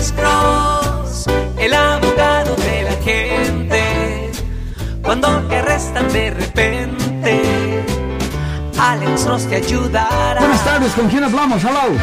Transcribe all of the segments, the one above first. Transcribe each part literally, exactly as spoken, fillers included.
Alex Cross, el abogado de la gente. Cuando te arrestan de repente, Alex Cross te ayudará. Buenas tardes, ¿con quién hablamos? Hello.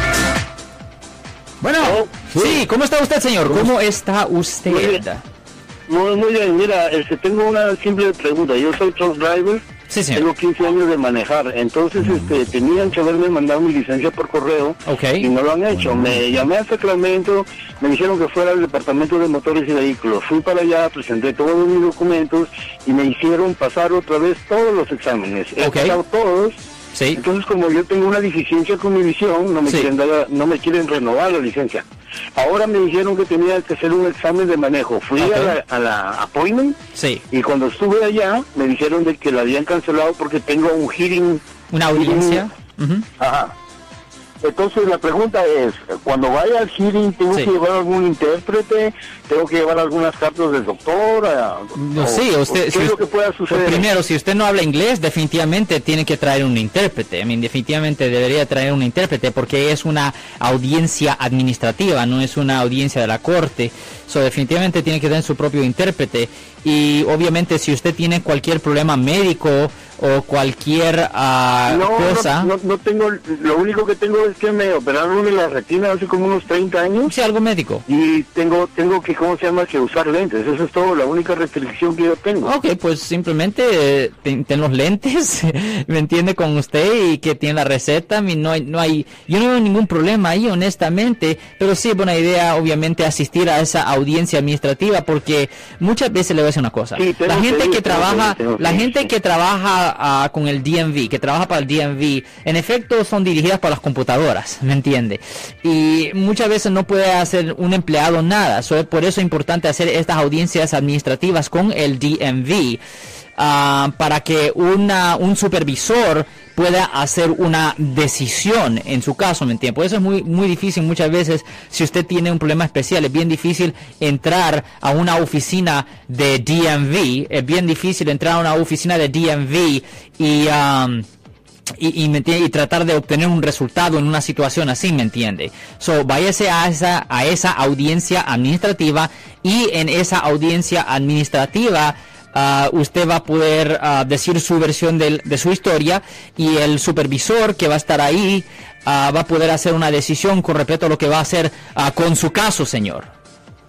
Bueno, ¿Sí? Sí, ¿cómo está usted, señor? ¿Cómo está usted? Muy bien. Muy, muy bien, mira, este, tengo una simple pregunta. Yo soy truck driver, Sí, señor. tengo quince años de manejar, entonces este, tenían que haberme mandado mi licencia por correo Ok. y no lo han hecho. Me llamé a Sacramento, me dijeron que fuera al departamento de motores y vehículos. Fui para allá, presenté todos mis documentos y me hicieron pasar otra vez todos los exámenes. He Ok. pasado todos. Sí. Entonces, como yo tengo una deficiencia con mi visión, no me Sí. quieren dar, no me quieren renovar la licencia. Ahora me dijeron que tenía que hacer un examen de manejo. Fui Ok. a, la, a la appointment Sí. y cuando estuve allá me dijeron de que la habían cancelado porque tengo un hearing. ¿Una audiencia? Ujú. Ajá. Entonces la pregunta es, cuando vaya al hearing, ¿tengo Sí. que llevar algún intérprete? ¿Tengo que llevar algunas cartas del doctor? A- No, o- sí, o usted, ¿Qué si es lo usted- que pueda pues suceder? primero, si usted no habla inglés, definitivamente tiene que traer un intérprete. I mean, definitivamente debería traer un intérprete porque es una audiencia administrativa, no es una audiencia de la corte. So, definitivamente tiene que tener su propio intérprete. Y obviamente, si usted tiene cualquier problema médico o cualquier ah, No, cosa, no, no, no tengo, lo único que tengo es que me operaron de la retina hace como unos treinta años sí, algo médico. y tengo tengo que, ¿cómo se llama? Que usar lentes, eso es todo, la única restricción que yo tengo. Ok, pues simplemente eh, ten, ten los lentes, me entiende con usted y que tiene la receta. I mean, no hay, no hay, yo no veo ningún problema ahí, honestamente, pero sí es buena idea, obviamente, asistir a esa audiencia administrativa porque muchas veces le voy a decir una cosa. Sí, tengo la que gente ir, que tengo que trabaja, ir, tengo que la ir, gente sí. que trabaja ah, con el D M V, que trabaja para el D M V, en efecto son dirigidas por las computadoras, ¿me entiende? Y muchas veces no puede hacer un empleado nada, so, por eso es importante hacer estas audiencias administrativas con el D M V. ah, para que una, un supervisor pueda hacer una decisión en su caso, ¿me entiende? Por eso es muy, muy difícil muchas veces, si usted tiene un problema especial, es bien difícil entrar a una oficina de D M V, es bien difícil entrar a una oficina de D M V y... um, Y, y, ¿me entiende? Y tratar de obtener un resultado en una situación así, ¿me entiende? So, váyase a esa, a esa audiencia administrativa y en esa audiencia administrativa uh, usted va a poder uh, decir su versión de, de su historia y el supervisor que va a estar ahí uh, va a poder hacer una decisión con respecto a lo que va a hacer uh, con su caso, señor.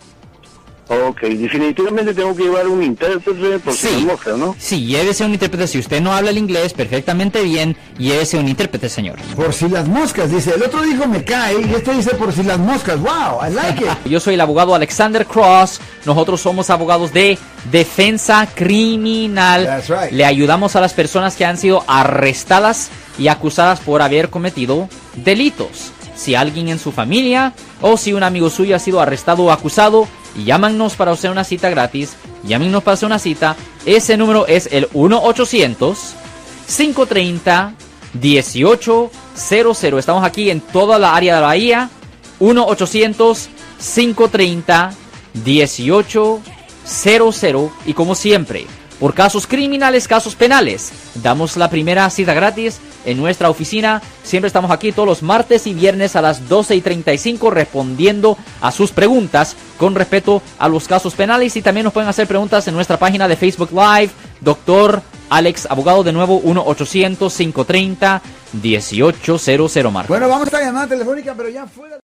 Ok, definitivamente tengo que llevar un intérprete porque Sí. me moja, ¿no? Sí, llévese un intérprete. Si usted no habla el inglés perfectamente bien, llévese un intérprete, señor. por si las moscas, dice. El otro dijo me cae y este dice por si las moscas. Wow, I like it. Yo soy el abogado Alexander Cross. Nosotros somos abogados de defensa criminal. That's right. Le ayudamos a las personas que han sido arrestadas y acusadas por haber cometido delitos. Si alguien en su familia o si un amigo suyo ha sido arrestado o acusado, llámanos para hacer una cita gratis. Llámenos para hacer una cita. Ese número es el uno ochocientos, cinco treinta, dieciocho cero cero. Estamos aquí en toda la área de la Bahía. uno ochocientos, cinco treinta, dieciocho cero cero. Y como siempre, por casos criminales, casos penales, damos la primera cita gratis en nuestra oficina. Siempre estamos aquí todos los martes y viernes a las doce y treinta y cinco respondiendo a sus preguntas con respecto a los casos penales. Y también nos pueden hacer preguntas en nuestra página de Facebook Live. Doctor Alex Abogado, de nuevo, uno ochocientos, cinco treinta, dieciocho cero cero, Marco. Bueno, vamos a esta llamada telefónica, pero ya fuera.